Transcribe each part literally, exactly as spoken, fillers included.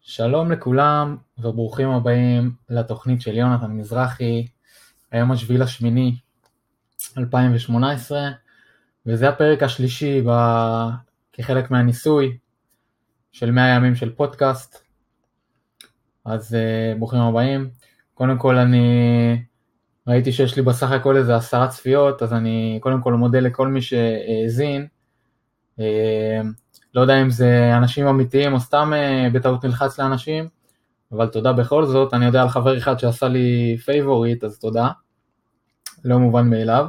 שלום לכולם וברוכים הבאים לתוכנית של יונתן מזרחי. היום השביעי לשמיני אלפיים ושמונה עשרה, וזה הפרק השלישי ב... כחלק מהניסוי של מאה ימים של פודקאסט. אז uh, ברוכים הבאים. קודם כל אני ראיתי שיש לי בסך הכל איזה עשרה צפיות, אז אני קודם כל מודה לכל מי שהאזין. Uh, לא יודע אם זה אנשים אמיתיים או סתם uh, בטעות נלחץ לאנשים, אבל תודה בכל זאת. אני יודע על חבר אחד שעשה לי פייבוריט, אז תודה, לא מובן מאליו.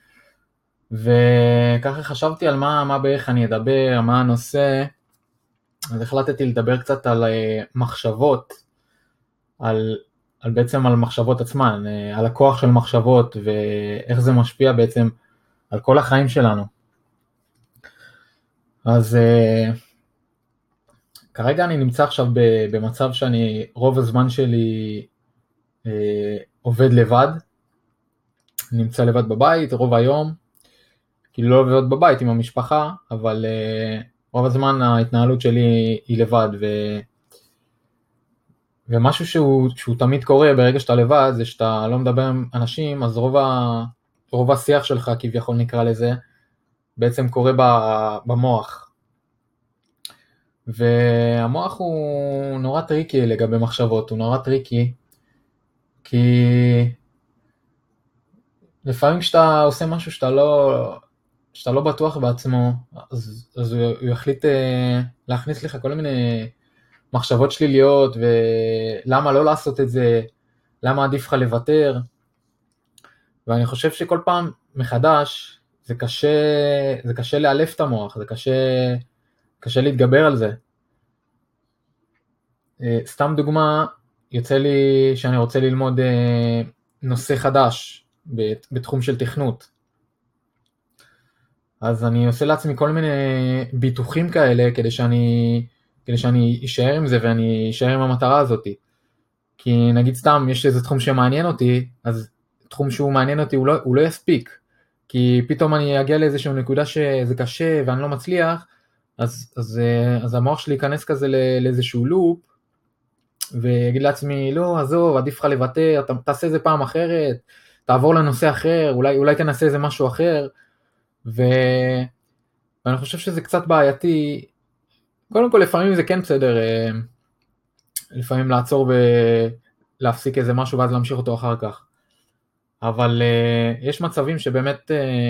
וככה חשבתי על מה, מה בערך אני אדבר, מה הנושא, אז החלטתי לדבר קצת על מחשבות, על, על בעצם על מחשבות עצמן, על הכוח של מחשבות ואיך זה משפיע בעצם על כל החיים שלנו. אז כרגע אני נמצא עכשיו במצב שאני רוב הזמן שלי אה, עובד לבד, נמצא לבד בבית רוב היום, כאילו לא עובד בבית עם המשפחה, אבל אה, רוב הזמן ההתנהלות שלי היא לבד, ו... ומשהו שהוא, שהוא תמיד קורה ברגע שאתה לבד, זה שאתה לא מדבר עם אנשים, אז רוב, ה... רוב השיח שלך כביכול נקרא לזה, בעצם קורה במוח. והמוח הוא נורא טריקי לגבי מחשבות, הוא נורא טריקי, כי לפעמים כשאתה עושה משהו שאתה לא, שאתה לא בטוח בעצמו, אז, אז הוא, הוא יחליט אה, להכניס לך כל מיני מחשבות שליליות, ולמה לא לעשות את זה, למה עדיף לך לוותר, ואני חושב שכל פעם מחדש זה קשה, זה קשה לאלף את המוח, זה קשה, קשה להתגבר על זה. סתם דוגמה, יוצא לי שאני רוצה ללמוד נושא חדש בתחום של תכנות, אז אני עושה לעצמי כל מיני ביטוחים כאלה כדי שאני, כדי שאני אשאר עם זה ואני אשאר עם המטרה הזאת. כי נגיד סתם יש איזה תחום שמעניין אותי, אז תחום שהוא מעניין אותי הוא לא, הוא לא יספיק, כי פתאום אני אגיע לאיזושהי נקודה שזה קשה ואני לא מצליח, אז, אז, אז המוח שלי ייכנס כזה לאיזשהו לופ, ויגיד לעצמי, לא, עזוב, עדיף לך לוותר, תעשה איזה פעם אחרת, תעבור לנושא אחר, אולי, אולי תנסה איזה משהו אחר, ו... ואני חושב שזה קצת בעייתי. קודם כל, לפעמים זה כן בסדר, לפעמים לעצור ולהפסיק איזה משהו ואז להמשיך אותו אחר כך. אבל יש מצבים שבאמת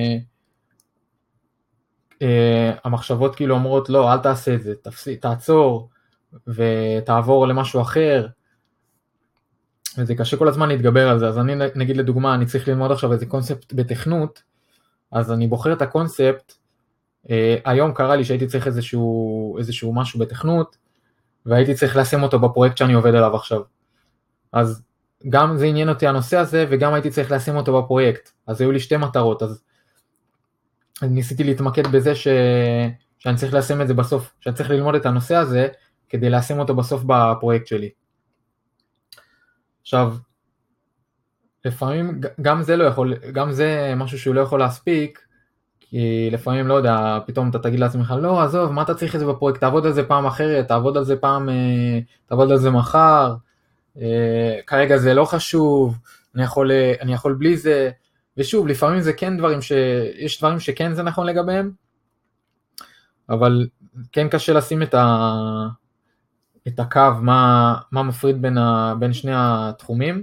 המחשבות כאילו אומרות, לא, אל תעשה את זה, תפסיק, תעצור ותעבור למשהו אחר, וזה קשה כל הזמן להתגבר על זה. אז אני נגיד לדוגמה, אני צריך ללמוד עכשיו איזה קונספט בתכנות, אז אני בוחר את הקונספט, אה, היום קרה לי שהייתי צריך איזשהו, איזשהו משהו בתכנות, והייתי צריך לשים אותו בפרויקט שאני עובד עליו עכשיו. אז גם זה עניין אותי הנושא הזה, וגם הייתי צריך לשים אותו בפרויקט. אז היו לי שתי מטרות, אז, אז ניסיתי להתמקד בזה ש... שאני צריך לשים את זה בסוף, שאני צריך ללמוד את הנושא הזה, כדי לשים אותו בסוף בפרויקט שלי. עכשיו, לפעמים גם זה לא יכול, גם זה משהו שהוא לא יכול להספיק, כי לפעמים לא יודע, פתאום אתה תגיד לעצמך, לא, עזוב, מה אתה צריך את זה בפרויקט, תעבוד על זה פעם אחרת, תעבוד על זה פעם, תעבוד על זה מחר, כרגע זה לא חשוב, אני יכול, אני יכול בלי זה, ושוב, לפעמים זה כן דברים ש, יש דברים שכן זה נכון לגביהם, אבל כן קשה לשים את ה, את הקו, מה, מה מפריד בין ה, בין שני התחומים.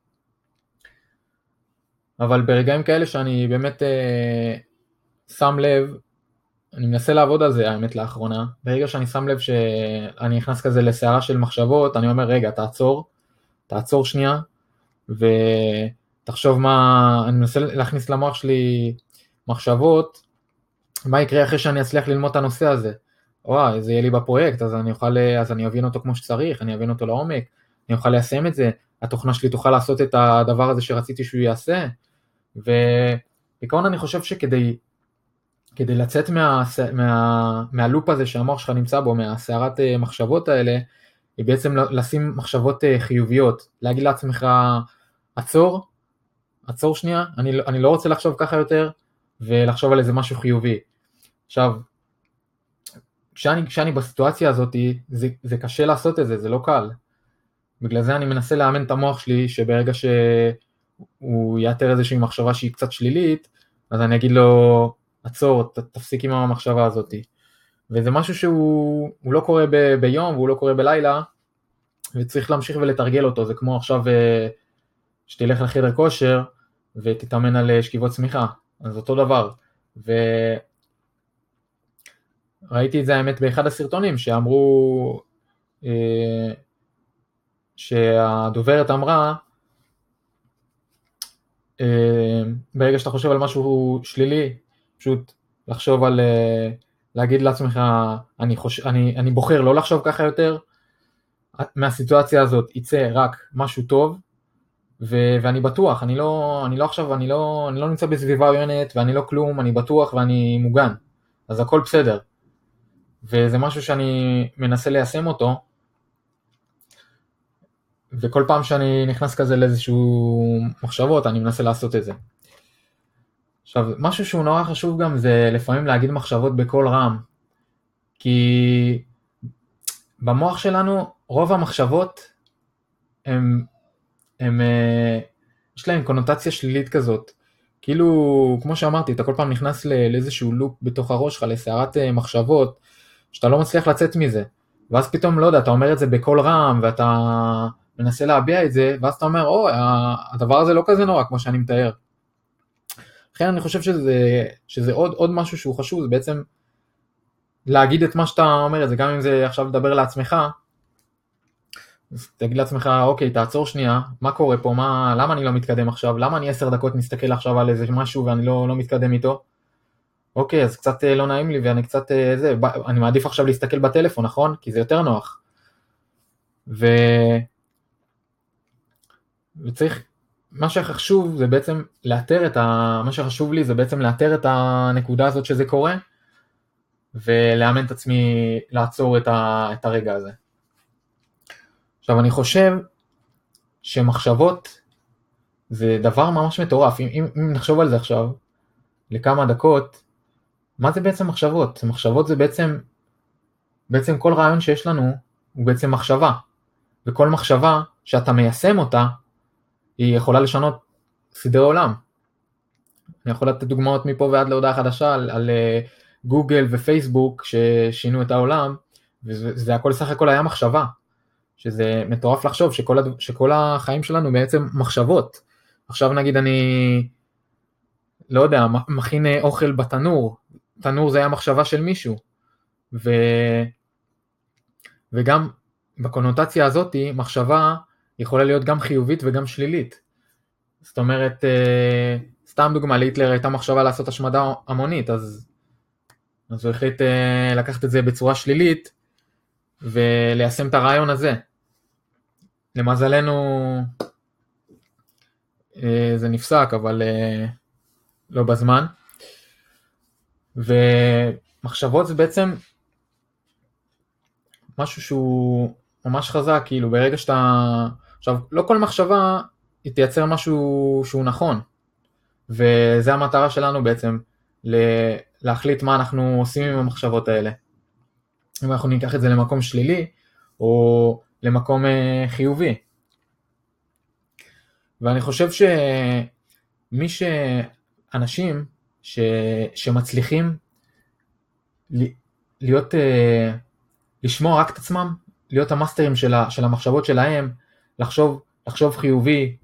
אבל ברגעים כאלה שאני באמת אה, שם לב, אני מנסה לעבוד על זה האמת לאחרונה, ברגע שאני שם לב שאני נכנס כזה לסערה של מחשבות, אני אומר רגע, תעצור, תעצור שנייה, ותחשוב מה, אני מנסה להכניס למוח שלי מחשבות, מה יקרה אחרי שאני אצליח ללמוד את הנושא הזה, וואי, זה יהיה לי בפרויקט, אז אני אוכל, אז אני אבין אותו כמו שצריך, אני אבין אותו לעומק, אני אוכל ליישם את זה, התוכנה שלי תוכל לעשות את הדבר הזה שרציתי שהוא יעשה, ובעיקרון אני חושב שכדי כדי לצאת מה, מה, מהלופ הזה שהמוח שלך נמצא בו, מהסערת מחשבות האלה, היא בעצם לשים מחשבות חיוביות, להגיד לעצמך, עצור, עצור שנייה, אני, אני לא רוצה לחשוב ככה יותר, ולחשוב על איזה משהו חיובי. עכשיו, כשאני, כשאני בסיטואציה הזאת, זה, זה קשה לעשות את זה, זה לא קל. בגלל זה אני מנסה לאמן את המוח שלי, שברגע שהוא יאתר איזושהי מחשבה שהיא קצת שלילית, אז אני אגיד לו, עצור, ת, תפסיק עם המחשבה הזאת. וזה משהו שהוא לא קורה ב, ביום, והוא לא קורה בלילה, וצריך להמשיך ולתרגל אותו. זה כמו עכשיו שתלך לחדר כושר, ותתאמן על שכיבות צמיחה. אז אותו דבר. וראיתי את זה האמת באחד הסרטונים, שאמרו, שהדוברת אמרה, ברגע שאתה חושב על משהו שלילי, פשוט לחשוב על, להגיד לעצמך, אני, חושב, אני, אני בוחר לא לחשוב ככה יותר, מהסיטואציה הזאת יצא רק משהו טוב, ו- ואני בטוח, אני לא, אני לא עכשיו, אני לא, אני לא נמצא בסביבה עוינת, ואני לא כלום, אני בטוח ואני מוגן, אז הכל בסדר. וזה משהו שאני מנסה ליישם אותו, וכל פעם שאני נכנס כזה לאיזשהו מחשבות, אני מנסה לעשות את זה. עכשיו, משהו שהוא נורא חשוב גם, זה לפעמים להגיד מחשבות בקול רם, כי במוח שלנו, רוב המחשבות, הם, הם, יש להם קונוטציה שלילית כזאת, כאילו, כמו שאמרתי, אתה כל פעם נכנס לאיזשהו לופ בתוך הראש שלך, לסערת מחשבות, שאתה לא מצליח לצאת מזה, ואז פתאום, לא יודע, אתה אומר את זה בקול רם, ואתה מנסה להביע את זה, ואז אתה אומר, או, הדבר הזה לא כזה נורא, כמו שאני מתאר. לכן אני חושב שזה, שזה עוד, עוד משהו שהוא חשוב, זה בעצם להגיד את מה שאתה אומר את זה, גם אם זה עכשיו לדבר לעצמך, אז תגיד לעצמך, אוקיי, תעצור שנייה, מה קורה פה, מה, למה אני לא מתקדם עכשיו, למה אני עשר דקות מסתכל עכשיו על איזה משהו ואני לא, לא מתקדם איתו, אוקיי, אז קצת לא נעים לי ואני קצת, זה, אני מעדיף עכשיו להסתכל בטלפון, נכון? כי זה יותר נוח. ו... וצריך, מה שחשוב זה בעצם לאתר את ה... מה שחשוב לי זה בעצם לאתר את הנקודה הזאת שזה קורה, ולאמן את עצמי לעצור את, ה... את הרגע הזה. עכשיו אני חושב שמחשבות זה דבר ממש מטורף, אם, אם, אם נחשוב על זה עכשיו, לכמה דקות, מה זה בעצם מחשבות? מחשבות זה בעצם, בעצם כל רעיון שיש לנו הוא בעצם מחשבה, וכל מחשבה שאתה מיישם אותה, היא יכולה לשנות סדרי עולם. אני יכול לתת דוגמאות מפה ועד להודעה חדשה על, על גוגל ופייסבוק ששינו את העולם, וזה הכל סך הכל היה מחשבה, שזה מטורף לחשוב שכל, הד... שכל החיים שלנו בעצם מחשבות. עכשיו נגיד אני, לא יודע, מכין אוכל בתנור, תנור זה היה מחשבה של מישהו, ו... וגם בקונוטציה הזאת, מחשבה יכולה להיות גם חיובית וגם שלילית. זאת אומרת, סתם דוגמה, להיטלר הייתה מחשבה לעשות השמדה המונית, אז, אז הוא החליט לקחת את זה בצורה שלילית, וליישם את הרעיון הזה. למזלנו, זה נפסק, אבל לא בזמן. ומחשבות זה בעצם משהו שהוא ממש חזק, כאילו ברגע שאתה, עכשיו לא כל מחשבה היא תייצר משהו שהוא נכון, וזה המטרה שלנו בעצם, להחליט מה אנחנו עושים עם המחשבות האלה. אם אנחנו ניקח את זה למקום שלילי, או למקום חיובי. ואני חושב שמי שאנשים ש... שמצליחים להיות, לשמוע רק את עצמם, להיות המאסטרים של, ה... של המחשבות שלהם, לחשוב, לחשוב חיובי,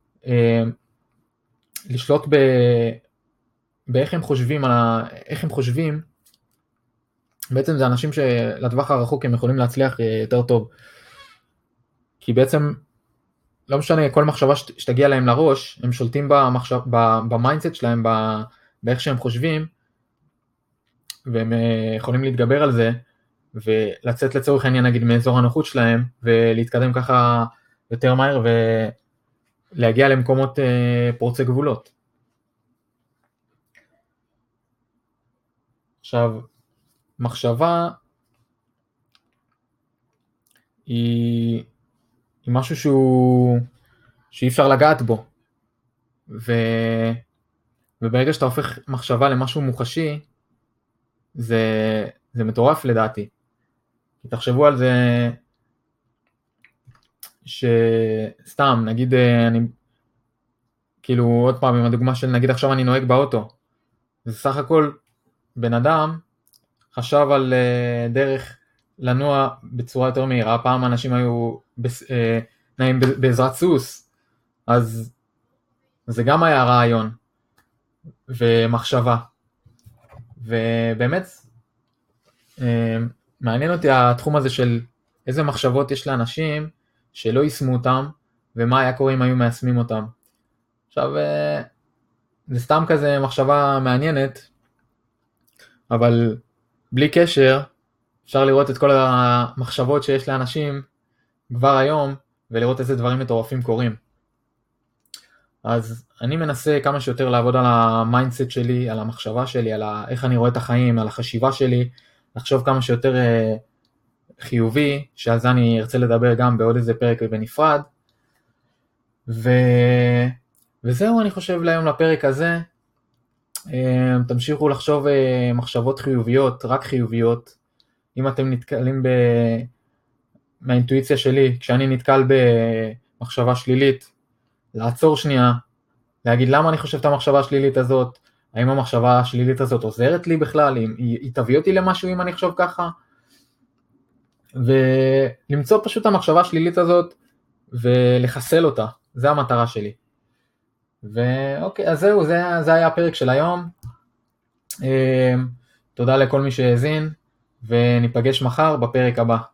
לשלוט ב... באיך הם חושבים, איך הם חושבים, בעצם זה אנשים שלטווח הרחוק הם יכולים להצליח יותר טוב. כי בעצם, לא משנה, כל מחשבה שתגיע להם לראש, הם שולטים במחשב, במיינדסט שלהם, באיך שהם חושבים, והם יכולים להתגבר על זה, ולצאת לצורך העניין, נגיד, מאזור הנוחות שלהם, ולהתקדם ככה יותר מהר, ולהגיע למקומות פורצי גבולות. עכשיו, מחשבה היא, היא משהו שהוא, שאי אפשר לגעת בו, ו, וברגע שאתה הופך מחשבה למשהו מוחשי, זה, זה מטורף לדעתי. תחשבו על זה, שסתם, נגיד, אני, כאילו, עוד פעם, עם הדוגמה של, נגיד עכשיו אני נוהג באוטו, זה סך הכל, בן אדם חשב על דרך לנוע בצורה יותר מהירה, פעם אנשים היו נעים בעזרת סוס, אז זה גם היה רעיון ומחשבה, ובאמת מעניין אותי התחום הזה של איזה מחשבות יש לאנשים שלא יישמו אותם, ומה היה קורה אם היו מיישמים אותם. עכשיו, זה סתם כזה מחשבה מעניינת, אבל בלי קשר, אפשר לראות את כל המחשבות שיש לאנשים כבר היום, ולראות איזה דברים מטורפים קורים. אז אני מנסה כמה שיותר לעבוד על המיינדסט שלי, על המחשבה שלי, על איך אני רואה את החיים, על החשיבה שלי, לחשוב כמה שיותר חיובי, שעל זה אני ארצה לדבר גם בעוד איזה פרק בנפרד. ו... וזהו, אני חושב להיום לפרק הזה. תמשיכו לחשוב מחשבות חיוביות, רק חיוביות. אם אתם נתקלים ב... מהאינטואיציה שלי, כשאני נתקל במחשבה שלילית, לעצור שנייה, להגיד למה אני חושב את המחשבה השלילית הזאת, האם המחשבה השלילית הזאת עוזרת לי בכלל, היא, היא תביא אותי למשהו אם אני חושב ככה, ולמצוא פשוט המחשבה השלילית הזאת, ולחסל אותה, זה המטרה שלי. ואוקיי, אז זהו, זה, זה היה הפרק של היום. תודה לכל מי שהאזין, וניפגש מחר בפרק הבא.